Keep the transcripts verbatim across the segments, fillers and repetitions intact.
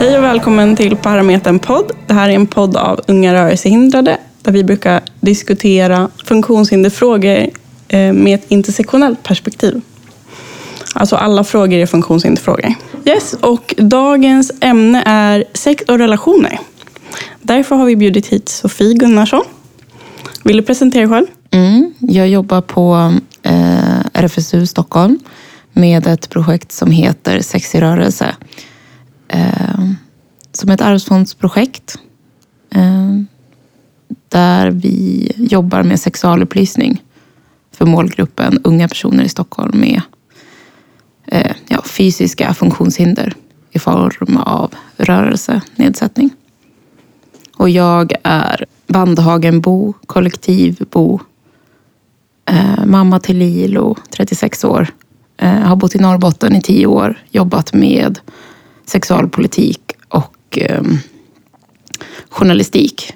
Hej och välkommen till Parametern podd. Det här är en podd av unga rörelsehindrade där vi brukar diskutera funktionshinderfrågor med ett intersektionellt perspektiv. Alltså alla frågor är funktionshinderfrågor. Yes, och dagens ämne är sex och relationer. Därför har vi bjudit hit Sofie Gunnarsson. Vill du presentera själv? Mm, jag jobbar på eh, R F S U Stockholm med ett projekt som heter Sex i rörelse. Eh, som ett arvsfondsprojekt eh, där vi jobbar med sexualupplysning för målgruppen unga personer i Stockholm med eh, ja, fysiska funktionshinder i form av rörelsenedsättning. Och jag är Bandhagenbo, kollektivbo, eh, mamma till Lilo, trettiosex år. Eh, har bott i Norrbotten i tio år, jobbat med sexualpolitik och eh, journalistik.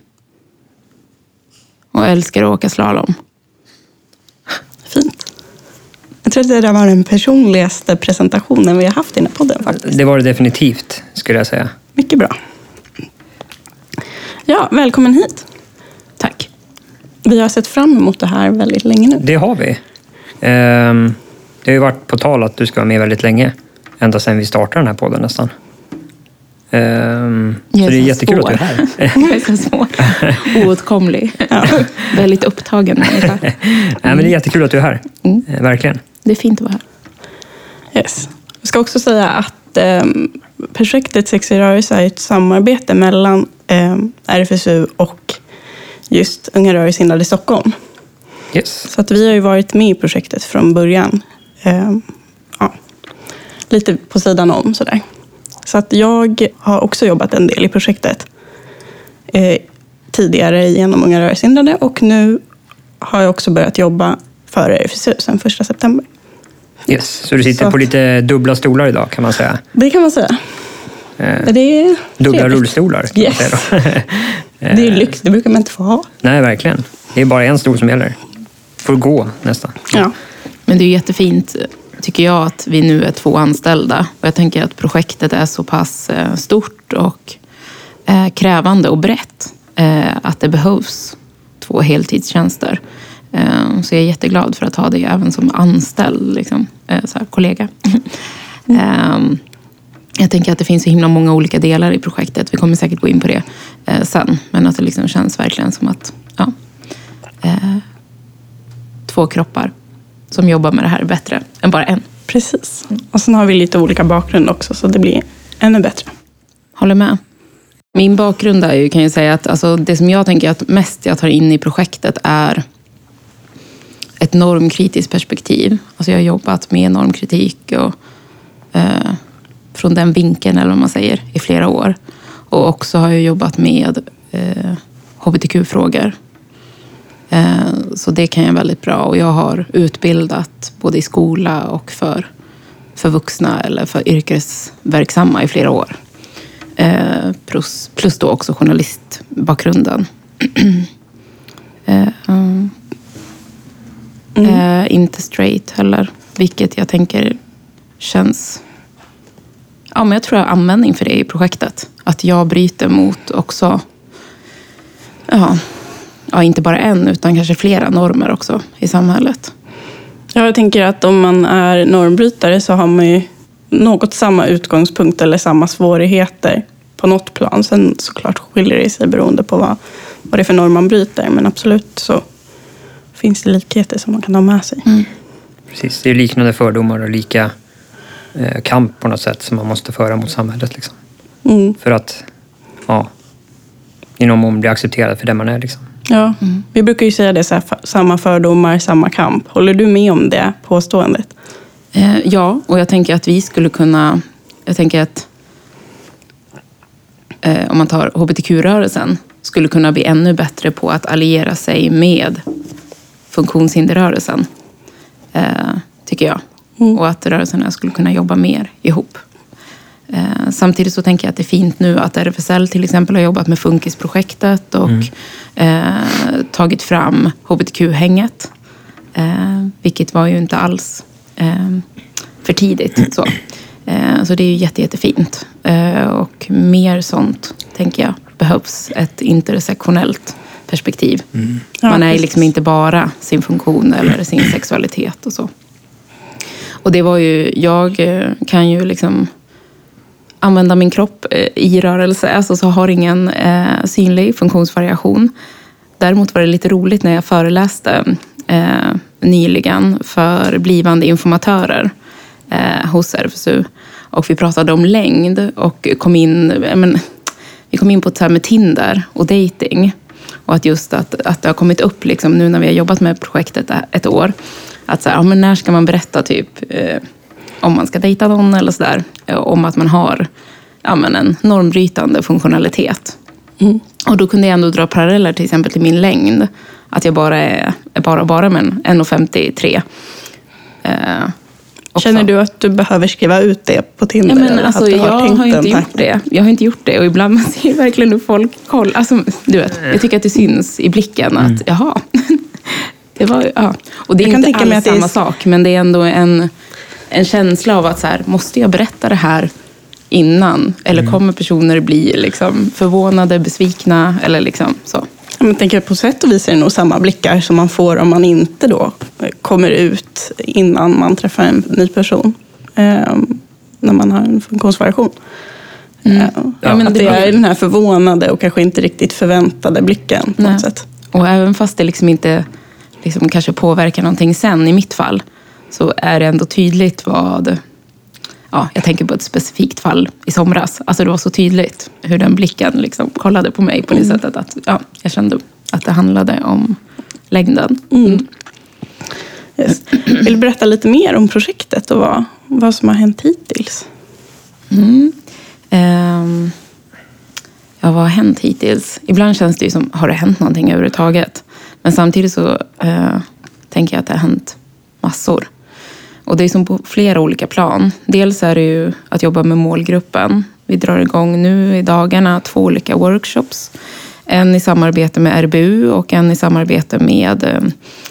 Och älskar att åka slalom. Fint. Jag tror att det där var den personligaste presentationen vi har haft i den här podden faktiskt. Det var det definitivt, skulle jag säga. Mycket bra. Ja, välkommen hit. Tack. Vi har sett fram emot det här väldigt länge nu. Det har vi. Ehm, det har ju varit på tal att du ska vara med väldigt länge. Ända sedan vi startade den här podden nästan. Ehm, så, så det är jättekul svår. Att du är här. Jag är så svår. Oåtkomlig. Ja. Väldigt upptagen. Mm. Nej, men det är jättekul att du är här. Mm. Ehm, verkligen. Det är fint att vara här. Yes. Jag ska också säga att eh, projektet Sex i rörelse är ett samarbete mellan eh, R F S U och just Unga rörelsehindrade i Stockholm. Yes. Så att vi har ju varit med i projektet från början. Eh, ja, lite på sidan om sådär. Så att jag har också jobbat en del i projektet eh, tidigare genom Unga rörelsehindrade och nu har jag också börjat jobba för R F S U sedan första september. Yes, så du sitter så på lite dubbla stolar idag kan man säga. Det kan man säga. Eh, det är dubbla trevligt. rullstolar kan yes. man säga då. Det är lyx, det brukar man inte få ha. Nej, verkligen. Det är bara en stol som gäller. Får gå nästan. Ja. Men det är jättefint tycker jag att vi nu är två anställda. Och jag tänker att projektet är så pass stort och krävande och brett att det behövs två heltidstjänster. Så jag är jätteglad för att ha det även som anställd liksom, så här, kollega. Mm. Jag tänker att det finns så himla många olika delar i projektet. Vi kommer säkert gå in på det sen. Men att det liksom känns verkligen som att ja, två kroppar som jobbar med det här bättre än bara en. Precis. Och sen har vi lite olika bakgrund också så det blir ännu bättre. Håller med. Min bakgrund är ju, kan jag säga att alltså, det som jag tänker att mest jag tar in i projektet är ett normkritiskt perspektiv. Alltså jag har jobbat med normkritik och eh, från den vinkeln eller vad man säger i flera år. Och också har jag jobbat med eh, H B T Q-frågor. Eh, så det kan jag väldigt bra. Och jag har utbildat både i skola och för, för vuxna eller för yrkesverksamma i flera år. Eh, plus, plus då också journalistbakgrunden. eh, um. Mm. Eh, inte straight heller. Vilket jag tänker känns... Ja, men jag tror jag har användning för det i projektet. Att jag bryter mot också... Ja, ja, inte bara en utan kanske flera normer också i samhället. Ja, jag tänker att om man är normbrytare så har man ju något samma utgångspunkt eller samma svårigheter på något plan. Sen såklart skiljer det sig beroende på vad, vad det är för norm man bryter. Men absolut så finns det likheter som man kan ha med sig. Mm. Precis, det är liknande fördomar och lika eh, kamp på något sätt som man måste föra mot samhället. Liksom. Mm. För att ja, inom mån bli accepterad för det man är. Liksom. Ja, mm. Vi brukar ju säga det så här, samma fördomar, samma kamp. Håller du med om det påståendet? Eh, ja, och jag tänker att vi skulle kunna... Jag tänker att eh, om man tar H B T Q-rörelsen skulle kunna bli ännu bättre på att alliera sig med funktionshinderrörelsen, eh, tycker jag. Mm. Och att rörelserna skulle kunna jobba mer ihop. Eh, samtidigt så tänker jag att det är fint nu att R F S L till exempel har jobbat med Funkisprojektet och mm. eh, tagit fram H B T Q-hänget. Eh, vilket var ju inte alls eh, för tidigt. Så. Eh, så det är ju jätte, jättefint. Eh, och mer sånt, tänker jag, behövs. Ett intersektionellt perspektiv. Mm. Ja, man är precis. Liksom inte bara sin funktion eller sin sexualitet och så. Och det var ju, jag kan ju liksom använda min kropp i rörelse, alltså så har ingen eh, synlig funktionsvariation. Däremot var det lite roligt när jag föreläste eh, nyligen för blivande informatörer eh, hos R F S U. Och vi pratade om längd och kom in, men, vi kom in på det här med Tinder och dating. Och att just att, att det har kommit upp liksom, nu när vi har jobbat med projektet ett år. Att så här, ja, men när ska man berätta typ eh, om man ska dejta någon eller sådär. Om att man har ja, men en normbrytande funktionalitet. Mm. Och då kunde jag ändå dra paralleller till exempel till min längd. Att jag bara är, är bara, bara men en komma femtiotre. Eh, Känner du att du behöver skriva ut det på Tinder? Ja, men alltså, jag har, har inte gjort det. Jag har inte gjort det. Och ibland man ser verkligen hur folk kollar. Alltså, du vet, jag tycker att det syns i blicken att mm. jaha. Det var, ja. Och det är inte alls samma är... sak. Men det är ändå en, en känsla av att så här, måste jag berätta det här innan? Eller mm. kommer personer bli liksom förvånade, besvikna? Eller liksom så. Jag tänker på sätt och vis är det nog samma blickar som man får om man inte då kommer ut innan man träffar en ny person. Eh, när man har en funktionsvariation. Mm. Eh, ja, men att det, det är den här förvånade och kanske inte riktigt förväntade blicken på något sätt. Och även fast det liksom inte liksom kanske påverkar någonting sen i mitt fall, så är det ändå tydligt vad... Ja, jag tänker på ett specifikt fall i somras. Alltså det var så tydligt hur den blicken liksom kollade på mig på det mm. sättet att ja, jag kände att det handlade om längden. Mm. Yes. Vill du berätta lite mer om projektet och vad, vad som har hänt hittills? Mm. Um, ja, vad har hänt hittills? Ibland känns det ju som, har det hänt någonting överhuvudtaget? Men samtidigt så uh, tänker jag att det har hänt massor. Och det är som på flera olika plan. Dels är det ju att jobba med målgruppen. Vi drar igång nu i dagarna två olika workshops. En i samarbete med R B U och en i samarbete med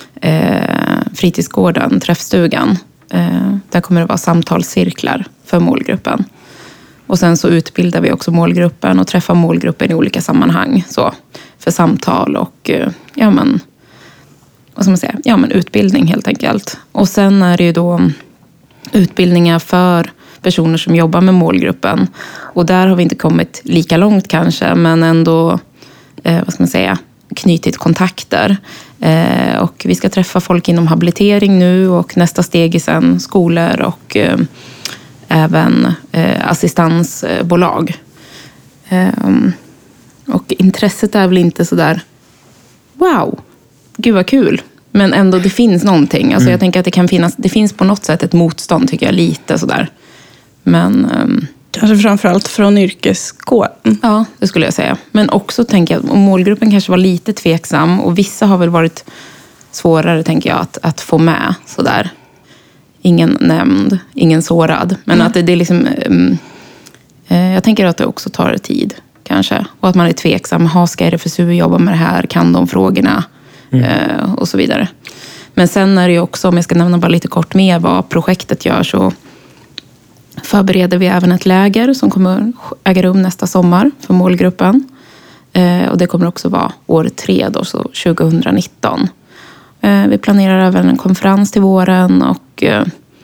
eh, fritidsgården, träffstugan. Eh, där kommer det vara samtalscirklar för målgruppen. Och sen så utbildar vi också målgruppen och träffar målgruppen i olika sammanhang. Så, för samtal och eh, ja men... vad ska man säga? Ja, men utbildning helt enkelt. Och sen är det ju då utbildningar för personer som jobbar med målgruppen. Och där har vi inte kommit lika långt kanske, men ändå, eh, vad ska man säga, knutit kontakter. Eh, och vi ska träffa folk inom habilitering nu och nästa steg är sen skolor och eh, även eh, assistansbolag. Eh, och intresset är väl inte så där, wow, gud vad kul. Men ändå det finns någonting. Alltså mm. jag tänker att det kan finnas, det finns på något sätt ett motstånd tycker jag, lite sådär. Men... Um, kanske framförallt från yrkeskåren. Ja, det skulle jag säga. Men också tänker jag att målgruppen kanske var lite tveksam. Och vissa har väl varit svårare, tänker jag, att, att få med sådär. Ingen nämnd, ingen sårad. Men mm. att det, det är liksom... Um, uh, jag tänker att det också tar tid, kanske. Och att man är tveksam. Ha, ska R F S U jobba med det här? Kan de frågorna? Mm. Uh, och så vidare. Men sen är det ju också, om jag ska nämna bara lite kort mer vad projektet gör, så förbereder vi även ett läger som kommer äga rum nästa sommar för målgruppen. Uh, och det kommer också vara år tre då, så tjugonitton. Uh, vi planerar även en konferens till våren och uh,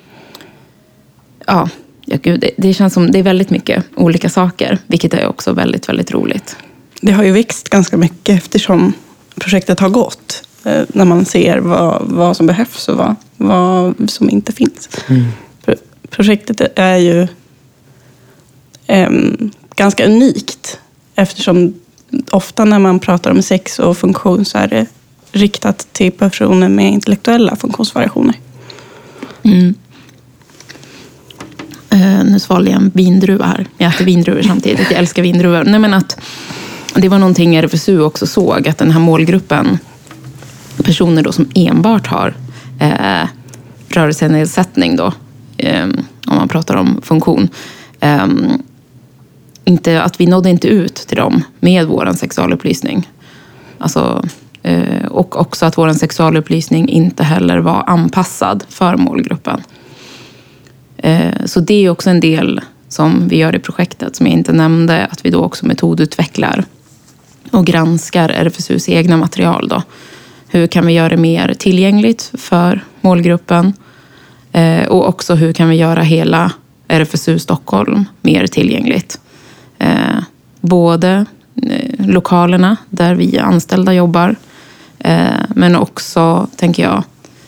ja, ja gud, det, det känns som det är väldigt mycket olika saker, vilket är också väldigt, väldigt roligt. Det har ju växt ganska mycket eftersom projektet har gått. När man ser vad, vad som behövs och vad, vad som inte finns. Mm. Projektet är ju eh, ganska unikt. Eftersom ofta när man pratar om sex och funktion så är det riktat till personer med intellektuella funktionsvariationer. Mm. Uh, nu svalde jag en vindruva här. Jag äter vindruvor samtidigt. Jag älskar vindruvor. Nej, men att det var någonting R F S U också såg. Att den här målgruppen, personer då som enbart har eh, rörelsenedsättning då, eh, om man pratar om funktion. Eh, inte, att vi nådde inte ut till dem med vår sexualupplysning. Alltså, eh, och också att vår sexualupplysning inte heller var anpassad för målgruppen. Så det är också en del som vi gör i projektet som jag inte nämnde, att vi då också metodutvecklar och granskar R F S U:s egna material då. Hur kan vi göra det mer tillgängligt för målgruppen? Och också hur kan vi göra hela R F S U Stockholm mer tillgängligt? Både lokalerna där vi anställda jobbar, men också, tänker jag,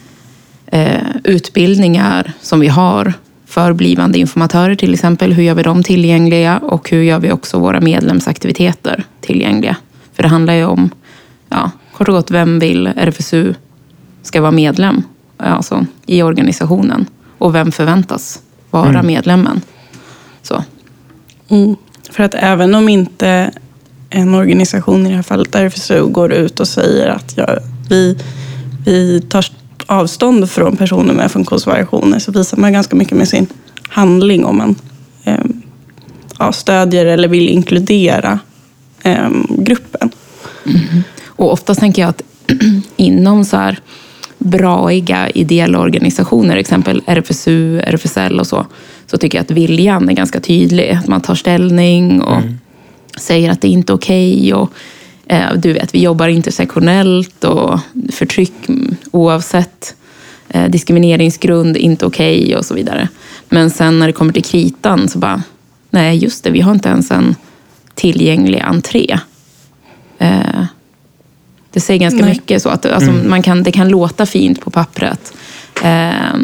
utbildningar som vi har för blivande informatörer till exempel. Hur gör vi dem tillgängliga och hur gör vi också våra medlemsaktiviteter tillgängliga? För det handlar ju om, ja, kort och gott, vem vill R F S U ska vara medlem alltså, i organisationen? Och vem förväntas vara mm. medlemmen? Så. Mm. För att även om inte en organisation, i det här fallet R F S U, går ut och säger att ja, vi, vi tar avstånd från personer med funktionsvariationer, så visar man ganska mycket med sin handling om man eh, ja, stödjer eller vill inkludera eh, gruppen. Mm. Och oftast tänker jag att inom så här braiga ideella organisationer, exempel R F S U, R F S L och så, så tycker jag att viljan är ganska tydlig. Att man tar ställning och mm. säger att det är inte okej och eh, du vet, vi jobbar intersektionellt och förtryck oavsett eh, diskrimineringsgrund, inte okej och så vidare. Men sen när det kommer till kritan så bara, nej just det, vi har inte ens en tillgänglig entré. Eh, Det säger ganska Nej. mycket så att alltså, mm. man kan, det kan låta fint på pappret. Eh,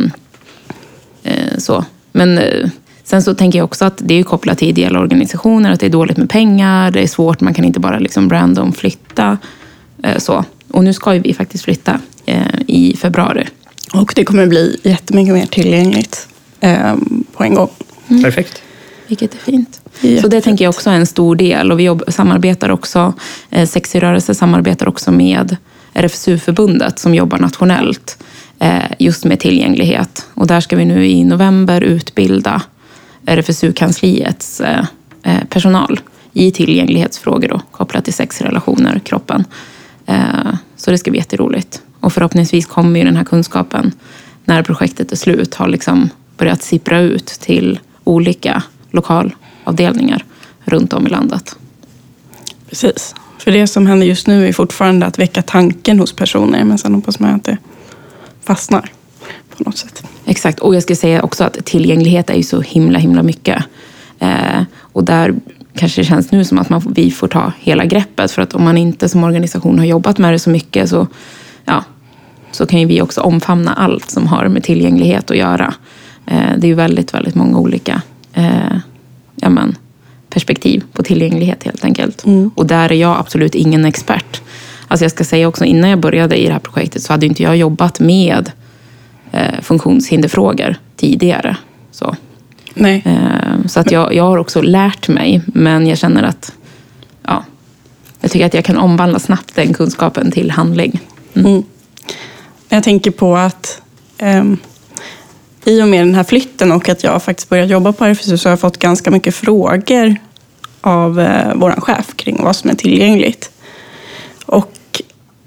eh, så. Men eh, sen så tänker jag också att det är kopplat till ideella organisationer, att det är dåligt med pengar, det är svårt, man kan inte bara liksom random flytta. Eh, så. Och nu ska ju vi faktiskt flytta eh, i februari. Och det kommer bli jättemycket mer tillgängligt eh, på en gång. Mm. Perfekt. Vilket är fint. Så det tänker jag också är en stor del. Och vi jobb, samarbetar också, eh, Sexirörelse samarbetar också med R F S U-förbundet som jobbar nationellt eh, just med tillgänglighet. Och där ska vi nu i november utbilda R F S U-kansliets eh, personal i tillgänglighetsfrågor då, kopplat till sexrelationer, kroppen. Eh, så det ska bli jätteroligt. Och förhoppningsvis kommer ju den här kunskapen, när projektet är slut, har liksom börjat sippra ut till olika lokalavdelningar runt om i landet. Precis. För det som händer just nu är fortfarande att väcka tanken hos personer, men sen hoppas man att det fastnar på något sätt. Exakt, och jag ska säga också att tillgänglighet är ju så himla himla mycket. Eh, och där kanske det känns nu som att man, vi får ta hela greppet, för att om man inte som organisation har jobbat med det så mycket så, ja, så kan ju vi också omfamna allt som har med tillgänglighet att göra. Eh, det är ju väldigt, väldigt många olika Eh, ja, men, perspektiv på tillgänglighet helt enkelt. Mm. Och där är jag absolut ingen expert. Alltså jag ska säga också, innan jag började i det här projektet så hade inte jag jobbat med eh, funktionshinderfrågor tidigare. Så, Nej. Eh, så att jag, jag har också lärt mig, men jag känner att ja, jag tycker att jag kan omvandla snabbt den kunskapen till handling. Mm. Mm. Jag tänker på att um... i och med den här flytten och att jag faktiskt börjat jobba på R F S U så har jag fått ganska mycket frågor av eh, vår chef kring vad som är tillgängligt. Och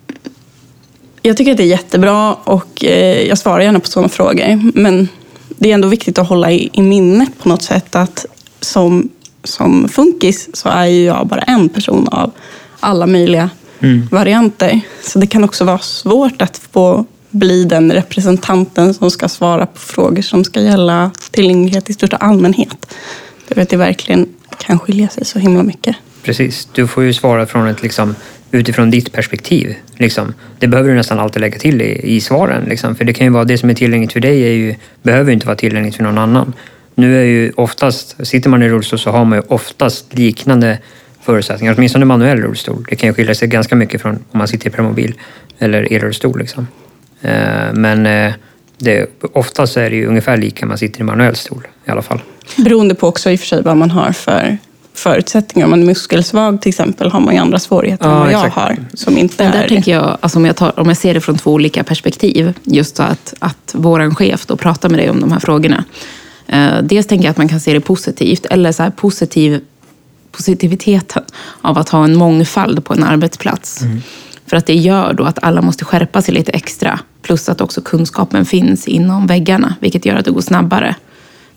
jag tycker att det är jättebra och eh, jag svarar gärna på sådana frågor. Men det är ändå viktigt att hålla i, i minnet på något sätt att som, som funkis så är ju jag bara en person av alla möjliga mm. varianter. Så det kan också vara svårt att få bli den representanten som ska svara på frågor som ska gälla tillgänglighet i största allmänhet. Det vet jag verkligen kan skilja sig så himla mycket. Precis, du får ju svara från ett, liksom, utifrån ditt perspektiv. Liksom. Det behöver du nästan alltid lägga till i, i svaren. Liksom. För det kan ju vara det som är tillgängligt för dig är ju, behöver ju inte vara tillgängligt för någon annan. Nu är ju oftast, sitter man i rullstol så har man ju oftast liknande förutsättningar. Åtminstone manuell rullstol. Det kan ju skilja sig ganska mycket från om man sitter i permobil eller elrullstol liksom. Men det, oftast är det ju ungefär lika man sitter i manuell stol i alla fall. Beroende på också i och för sig vad man har för förutsättningar. Om man är muskelsvag till exempel har man ju andra svårigheter ja, än vad jag exakt. har. Som inte Men där är... tänker jag, alltså om, jag tar, om jag ser det från två olika perspektiv. Just så att, att våran chef då pratar med dig om de här frågorna. Eh, dels tänker jag att man kan se det positivt. Eller så här positiv, positiviteten av att ha en mångfald på en arbetsplats. Mm. För att det gör då att alla måste skärpa sig lite extra. Plus att också kunskapen finns inom väggarna. Vilket gör att det går snabbare.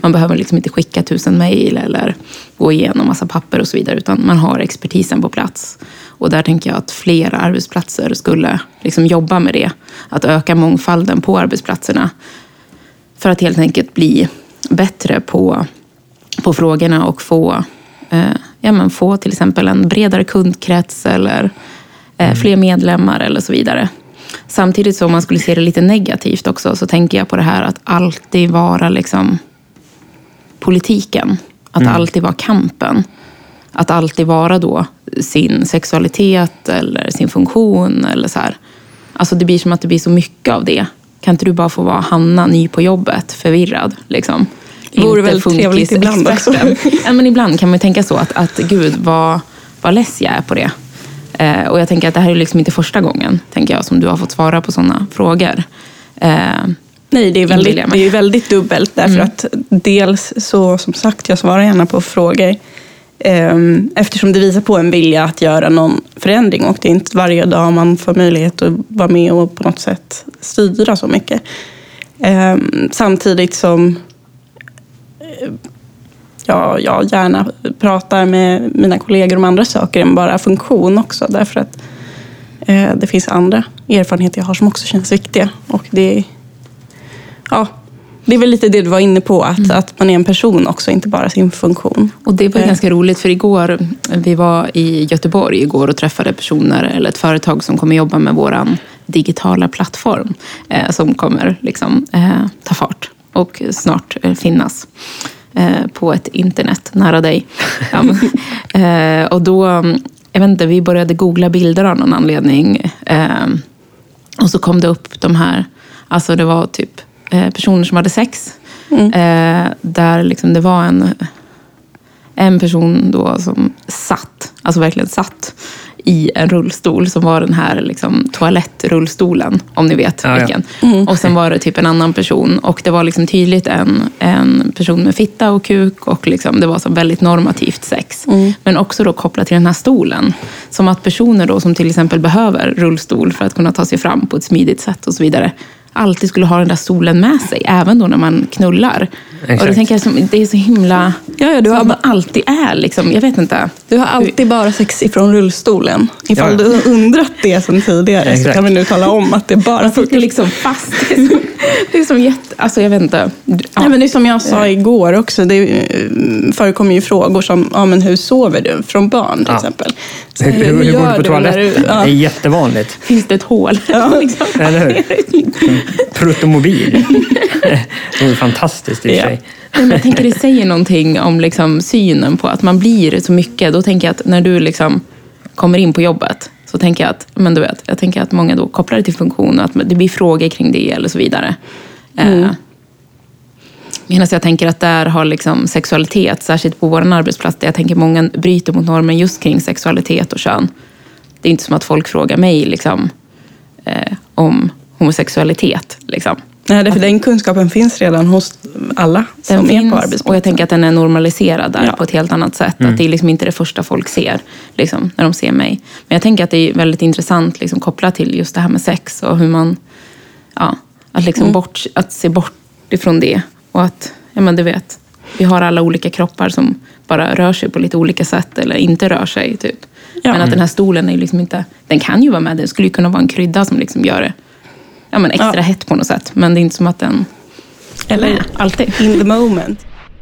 Man behöver liksom inte skicka tusen mejl eller gå igenom massa papper och så vidare, utan man har expertisen på plats. Och där tänker jag att fler arbetsplatser skulle liksom jobba med det. Att öka mångfalden på arbetsplatserna för att helt enkelt bli bättre på, på frågorna och få, eh, ja, men få till exempel en bredare kundkrets eller eh, fler medlemmar eller så vidare. Samtidigt som man skulle se det lite negativt också, så tänker jag på det här att alltid vara liksom politiken. Att mm. alltid vara kampen. Att alltid vara då sin sexualitet eller sin funktion eller så här. Alltså det blir som att det blir så mycket av det. Kan inte du bara få vara Hanna, ny på jobbet, förvirrad liksom? Det vore väl trevligt ibland också. Ja, men ibland kan man tänka så att, att gud, vad, vad less jag är på det. Eh, och jag tänker att det här är liksom inte första gången, tänker jag, som du har fått svara på sådana frågor. Eh, Nej, det är väldigt, det är väldigt dubbelt. Därför mm. att dels så, som sagt, jag svarar gärna på frågor. Eh, eftersom det visar på en vilja att göra någon förändring. Och det är inte varje dag man får möjlighet att vara med och på något sätt styra så mycket. Eh, samtidigt som ja, jag gärna pratar med mina kollegor om andra saker än bara funktion också. Därför att eh, det finns andra erfarenheter jag har som också känns viktiga. Och det, ja, det är väl lite det du var inne på. Att, mm. att man är en person också, inte bara sin funktion. Och det var eh. ganska roligt, för igår, vi var i Göteborg igår och träffade personer eller ett företag som kommer jobba med våran digitala plattform. Eh, som kommer liksom eh, ta fart och snart eh, finnas på ett internet nära dig. Ja, men, eh, och då, jag vet inte, vi började googla bilder av någon anledning. Eh, och så kom det upp de här, alltså det var typ eh, personer som hade sex. Mm. Eh, där liksom det var en, en person då som satt, alltså verkligen satt i en rullstol som var den här liksom toalettrullstolen, om ni vet ja, vilken. Ja. Mm. Och sen var det typ en annan person, och det var liksom tydligt en, en person med fitta och kuk, och liksom det var så väldigt normativt sex. Mm. Men också då kopplat till den här stolen. Som att personer då som till exempel behöver rullstol för att kunna ta sig fram på ett smidigt sätt och så vidare, alltid skulle ha den där stolen med sig, även då när man knullar. Exakt. Och då tänker jag som, det är så himla... Ja, ja, du har man alltid är liksom, jag vet inte. Du har alltid bara sex ifrån rullstolen. Ifall ja. du undrat det som tidigare, exakt, så kan vi nu tala om att det bara... Man sitter liksom fast. Det är som jätte... Alltså jag vet inte. Ja. Nej, men det är som jag sa igår också. Det förekommer ju frågor som, ja men hur sover du från barn till ja. exempel? Så, hur, hur, hur går du på toaletten? Du, ja. Det är jättevanligt. Finns det ett hål? Ja. liksom. Eller hur? Pruttomobil. Det är fantastiskt i och för sig. Men jag tänker det säger någonting om liksom synen på att man blir så mycket. Då tänker jag att när du liksom kommer in på jobbet, så tänker jag att, men du vet, jag tänker att många då kopplar det till funktion, att det blir frågor kring det eller så vidare. Mm. Eh, medan jag tänker att där har liksom sexualitet, särskilt på vår arbetsplats, där jag tänker många bryter mot normen just kring sexualitet och kön. Det är inte som att folk frågar mig liksom, eh, om homosexualitet liksom. Nej, det för den kunskapen finns redan hos alla som den är finns, på arbetsplatsen. Och jag tänker att den är normaliserad där, ja, på ett helt annat sätt. Mm. Att det är liksom inte det första folk ser liksom, när de ser mig. Men jag tänker att det är väldigt intressant liksom, kopplat till just det här med sex och hur man, ja, att, liksom mm. bort, att se bort ifrån det. Och att, ja men du vet, vi har alla olika kroppar som bara rör sig på lite olika sätt eller inte rör sig typ. Ja. Men att den här stolen är liksom inte, den kan ju vara med, det skulle ju kunna vara en krydda som liksom gör det, ja, men extra ja. hett på något sätt. Men det är inte som att den... Eller nej, alltid. In the moment.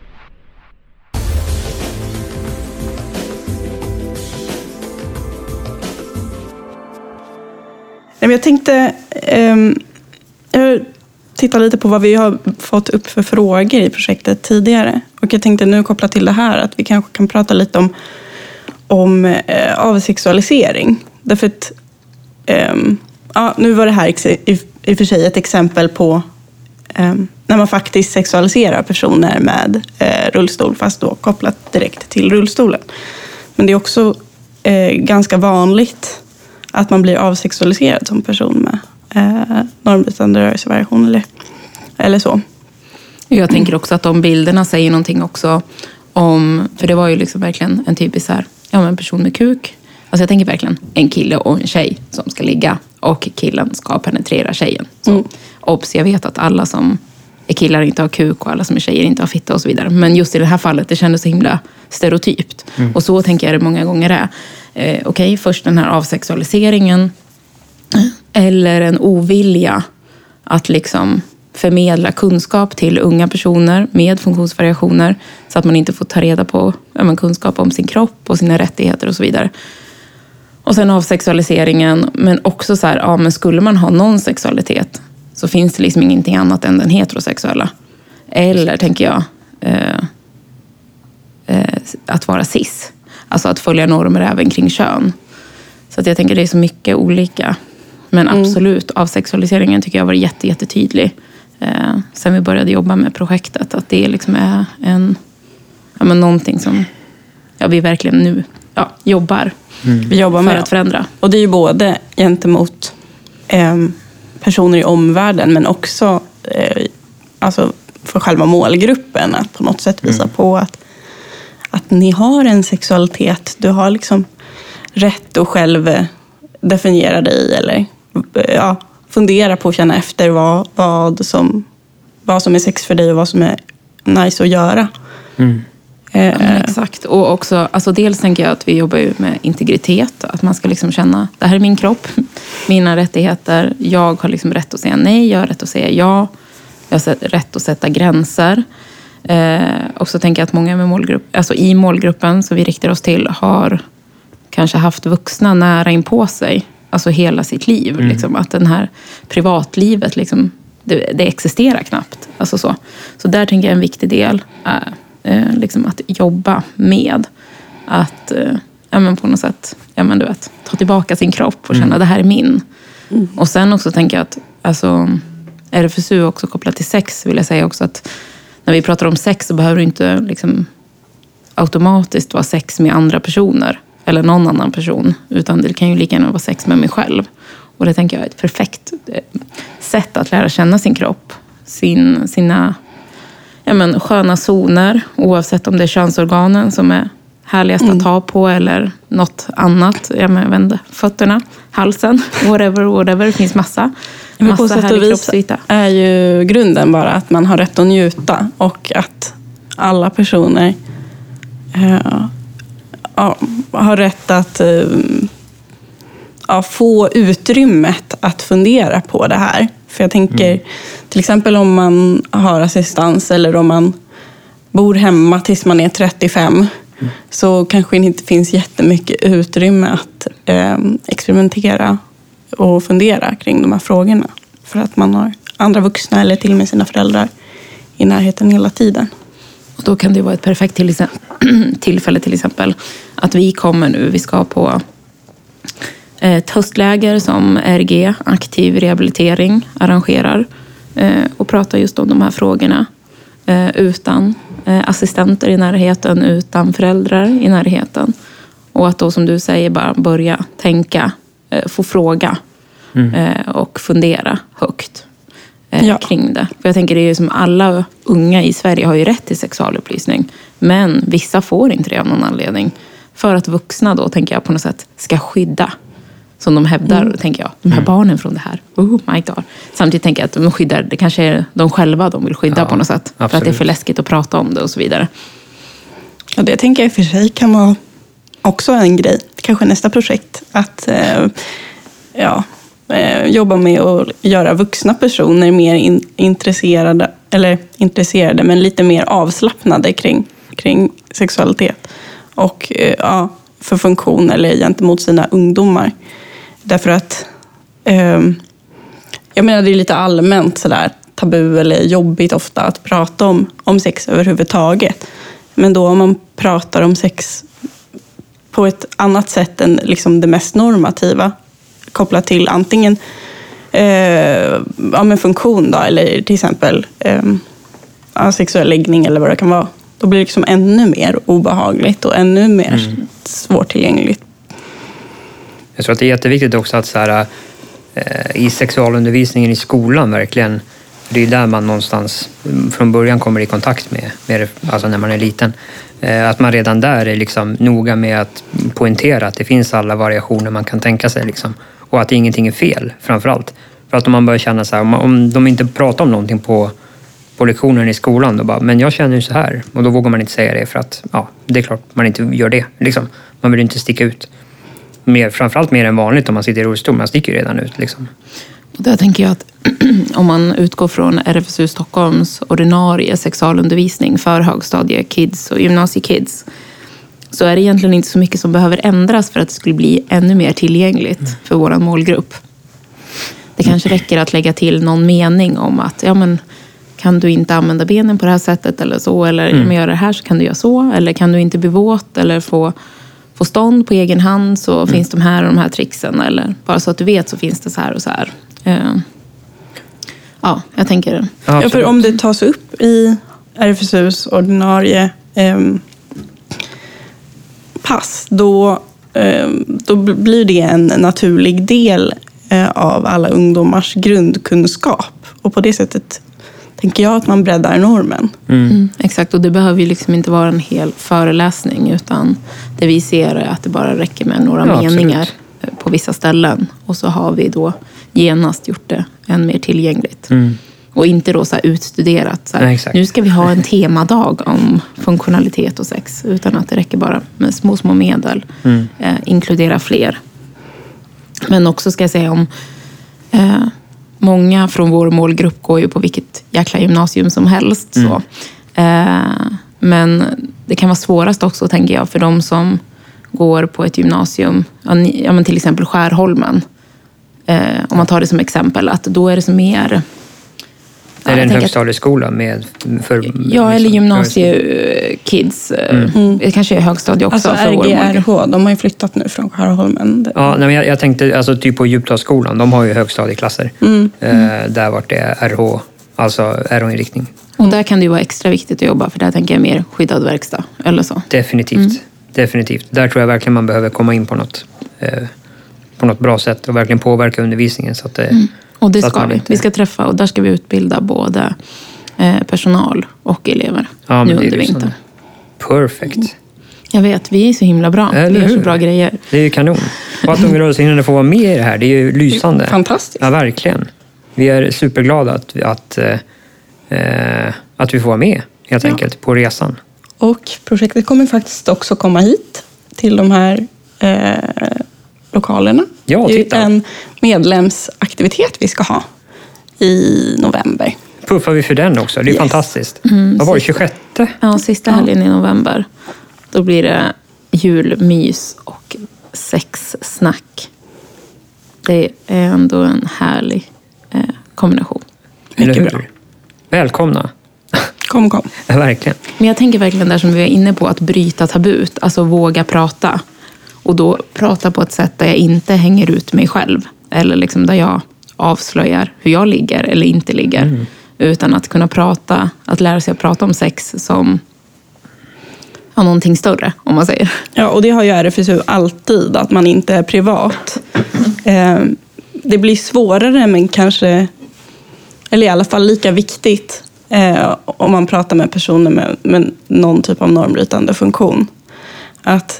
Jag tänkte... Um, jag tittar lite på vad vi har fått upp för frågor i projektet tidigare. Och jag tänkte nu koppla till det här att vi kanske kan prata lite om, om uh, avsexualisering. Därför att... Um, ja, nu var det här i, i och för sig ett exempel på eh, när man faktiskt sexualiserar personer med eh, rullstol, fast då kopplat direkt till rullstolen. Men det är också eh, ganska vanligt att man blir avsexualiserad som person med eh, normbrytande rörelsevariation eller, eller så. Jag tänker också att de bilderna säger någonting också om, för det var ju liksom verkligen en typisk här, ja, men person med kuk. Alltså jag tänker verkligen en kille och en tjej som ska ligga och killen ska penetrera tjejen. Så, mm. obs, jag vet att alla som är killar inte har kuk och alla som är tjejer inte har fitta och så vidare. Men just i det här fallet, det kändes så himla stereotypt. Mm. Och så tänker jag det många gånger är. Eh, Okej, okay, först den här avsexualiseringen. Eller en ovilja att liksom förmedla kunskap till unga personer med funktionsvariationer. Så att man inte får ta reda på ja, men kunskap om sin kropp och sina rättigheter och så vidare. Och sen avsexualiseringen. Men också så här, ja men skulle man ha någon sexualitet så finns det liksom ingenting annat än den heterosexuella. Eller, tänker jag, eh, eh, att vara cis. Alltså att följa normer även kring kön. Så att jag tänker det är så mycket olika. Men absolut, mm. avsexualiseringen tycker jag var jätte, jättetydlig. Eh, sen vi började jobba med projektet. Att det liksom är en, ja, men någonting som ja, vi verkligen nu ja, jobbar, mm. vi jobbar med för att förändra. Och det är ju både gentemot eh, personer i omvärlden men också eh, alltså för själva målgruppen att på något sätt visa mm. på att, att ni har en sexualitet. Du har liksom rätt att själv definiera dig eller ja, fundera på och känna efter vad, vad, som, vad som är sex för dig och vad som är nice att göra. Mm. Eh, ja, exakt. Och också, alltså dels tänker jag att vi jobbar ju med integritet. Att man ska liksom känna, det här är min kropp, mina rättigheter. Jag har liksom rätt att säga nej, jag har rätt att säga ja. Jag har rätt att sätta gränser. Eh, och så tänker jag att många med målgrupp, alltså i målgruppen som vi riktar oss till har kanske haft vuxna nära in på sig. Alltså hela sitt liv. Mm. Liksom, att den här privatlivet, liksom, det, det existerar knappt. Alltså så. Så där tänker jag en viktig del är eh, liksom att jobba med. Att eh, ja, men på något sätt ja, men du vet, ta tillbaka sin kropp och känna mm. det här är min. Mm. Och sen också tänker jag att alltså, R F S U också kopplat till sex vill jag säga också att när vi pratar om sex så behöver du inte liksom, automatiskt vara sex med andra personer. Eller någon annan person. Utan det kan ju lika gärna vara sex med mig själv. Och det tänker jag är ett perfekt sätt att lära känna sin kropp. Sin, sina ja men, sköna zoner. Oavsett om det är könsorganen som är härligast mm. att ta på. Eller något annat. Jag menar, fötterna, halsen, whatever, whatever. Det finns massa. Men på sätt och vis är ju grunden bara att man har rätt att njuta. Och att alla personer ja, ja, har rätt att ja, få utrymmet att fundera på det här. För jag tänker mm. till exempel om man har assistans eller om man bor hemma tills man är trettiofem mm. så kanske det inte finns jättemycket utrymme att eh, experimentera och fundera kring de här frågorna. För att man har andra vuxna eller till och med sina föräldrar i närheten hela tiden. Och då kan det vara ett perfekt till exempel, tillfälle till exempel att vi kommer nu, vi ska på ett höstläger som R G, aktiv rehabilitering, arrangerar eh, och pratar just om de här frågorna eh, utan eh, assistenter i närheten, utan föräldrar i närheten. Och att då som du säger bara börja tänka, eh, få fråga mm. eh, och fundera högt. Ja. Kring det. För jag tänker det är ju som alla unga i Sverige har ju rätt till sexualupplysning. Men vissa får inte det av någon anledning. För att vuxna då, tänker jag på något sätt, ska skydda. Som de hävdar, mm. tänker jag. De här mm. barnen från det här. Oh my god. Samtidigt tänker jag att de skyddar, det kanske är de själva de vill skydda ja, på något sätt. Absolut. För att det är för läskigt att prata om det och så vidare. Och det tänker jag i och för sig kan vara också en grej. Kanske nästa projekt. Att eh, ja... jobba med att göra vuxna personer mer in, intresserade, eller intresserade, men lite mer avslappnade kring, kring sexualitet och ja, för funktion eller gentemot sina ungdomar. Därför att eh, jag menar det är lite allmänt sådär tabu eller jobbigt ofta att prata om, om sex överhuvudtaget. Men då om man pratar om sex på ett annat sätt än liksom det mest normativa kopplat till antingen eh, ja, men funktion då, eller till exempel eh, ja, sexuell läggning eller vad det kan vara. Då blir det liksom ännu mer obehagligt och ännu mer mm. svårtillgängligt. Jag tror att det är jätteviktigt också att så här, eh, i sexualundervisningen i skolan verkligen, det är där man någonstans från början kommer i kontakt med, med det, alltså när man är liten. Eh, att man redan där är liksom noga med att poängtera att det finns alla variationer man kan tänka sig liksom. Och att ingenting är fel, framförallt. För att om man börjar känna så här, om, om de inte pratar om någonting på på lektionen i skolan och bara, men jag känner ju så här. Och då vågar man inte säga det för att, ja, det är klart man inte gör det. Liksom. Man vill inte sticka ut. Mer, framförallt mer än vanligt om man sitter i rullstol. Man sticker ju redan ut. Liksom. Och där tänker jag att om man utgår från R F S U Stockholms ordinarie sexualundervisning för högstadiekids och gymnasiekids, så är det egentligen inte så mycket som behöver ändras för att det skulle bli ännu mer tillgängligt mm. för vår målgrupp. Det kanske räcker att lägga till någon mening om att ja, men, kan du inte använda benen på det här sättet eller så, eller mm. om jag gör det här så kan du göra så, eller kan du inte bli våt eller få, få stånd på egen hand så mm. finns de här och de här tricksen, eller bara så att du vet så finns det så här och så här. Uh, ja, jag tänker... Ja, ja, för om det tas upp i R F S U:s ordinarie um, pass, då, um, då blir det en naturlig del uh, av alla ungdomars grundkunskap. Och på det sättet tänker jag att man breddar normen. Mm. Mm, exakt, och det behöver ju liksom inte vara en hel föreläsning, utan det vi ser är att det bara räcker med några ja, meningar absolut. På vissa ställen. Och så har vi då genast gjort det än mer tillgängligt. Mm. Och inte då så här utstuderat. Så här, nej, nu ska vi ha en temadag om funktionalitet och sex. Utan att det räcker bara med små, små medel. Mm. Eh, inkludera fler. Men också ska jag säga om... Eh, många från vår målgrupp går ju på vilket jäkla gymnasium som helst. Mm. Så. Eh, men det kan vara svårast också, tänker jag, för de som går på ett gymnasium. Ja, men till exempel Skärholmen. Eh, om man tar det som exempel, att då är det som mer... Är det en högstadieskola med... För, ja, eller gymnasiekids. Mm. Det kanske är högstadie också. Alltså R G R H, de har ju flyttat nu från Skärholmen. Ja, nej, men jag, jag tänkte alltså typ på Djupdalsskolan, de har ju högstadieklasser. Mm. Eh, där vart det är R H, alltså R H-inriktning. Och där kan det ju vara extra viktigt att jobba, för där tänker jag mer skyddad verkstad, eller så. Definitivt, mm. definitivt. Där tror jag verkligen man behöver komma in på något, eh, på något bra sätt och verkligen påverka undervisningen så att det... Mm. Och det ska vi. Inte... Vi ska träffa och där ska vi utbilda både eh, personal och elever ja, nu under vintern. Perfekt. Mm. Jag vet, vi är så himla bra. Eller vi gör så bra grejer. Det är ju kanon. Och att Unga rörelsehindrade får vara med i det här, det är ju lysande. Fantastiskt. Ja, verkligen. Vi är superglada att, att, eh, att vi får vara med helt ja. enkelt på resan. Och projektet kommer faktiskt också komma hit till de här eh, lokalerna. Ja, titta. Det är en medlemsaktivitet vi ska ha i november. Puffar vi för den också, det är yes. fantastiskt. Mm, Vad var det, tjugosjätte? Ja, sista helgen i november. Då blir det julmys och sexsnack. Det är ändå en härlig eh, kombination. Mycket bra. Välkomna. Kom, kom. Ja, verkligen. Men jag tänker verkligen där som vi var inne på, att bryta tabut. Alltså våga prata. Och då prata på ett sätt där jag inte hänger ut mig själv. Eller liksom där jag avslöjar hur jag ligger eller inte ligger. Mm. Utan att kunna prata, att lära sig att prata om sex som ja, någonting större, om man säger. Ja, och det har ju R F S U alltid, att man inte är privat. Eh, det blir svårare, men kanske, eller i alla fall lika viktigt, eh, om man pratar med personer med, med någon typ av normbrytande funktion. Att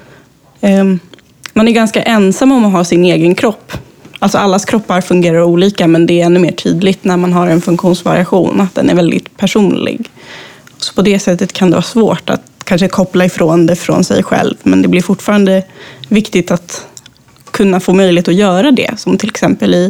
man är ganska ensam om att ha sin egen kropp. Alltså allas kroppar fungerar olika, men det är ännu mer tydligt när man har en funktionsvariation, att den är väldigt personlig. Så på det sättet kan det vara svårt att kanske koppla ifrån det från sig själv, men det blir fortfarande viktigt att kunna få möjlighet att göra det, som till exempel i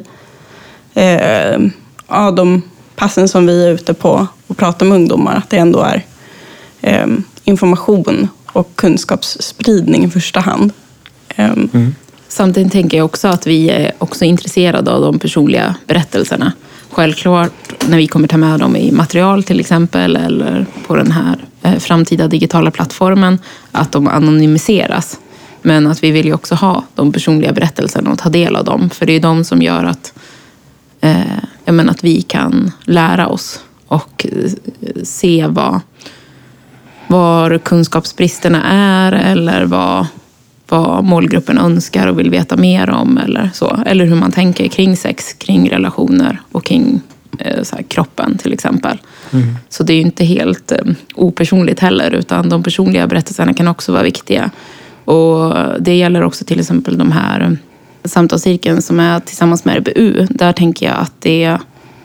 eh, ja, de passen som vi är ute på och pratar med ungdomar, att det ändå är eh, information och kunskapsspridning i första hand. Um. Mm. Samtidigt tänker jag också att vi är också intresserade av de personliga berättelserna. Självklart när vi kommer ta med dem i material till exempel, eller på den här eh, framtida digitala plattformen, att de anonymiseras. Men att vi vill ju också ha de personliga berättelserna och ta del av dem. För det är de som gör att, eh, jag menar, att vi kan lära oss och eh, se vad var kunskapsbristerna är, eller vad, vad målgruppen önskar och vill veta mer om, eller så. Eller hur man tänker kring sex, kring relationer och kring eh, så här, kroppen till exempel. Mm. Så det är ju inte helt eh, opersonligt heller, utan de personliga berättelserna kan också vara viktiga. Och det gäller också till exempel de här samtalscirkeln som är tillsammans med R B U. Där tänker jag att det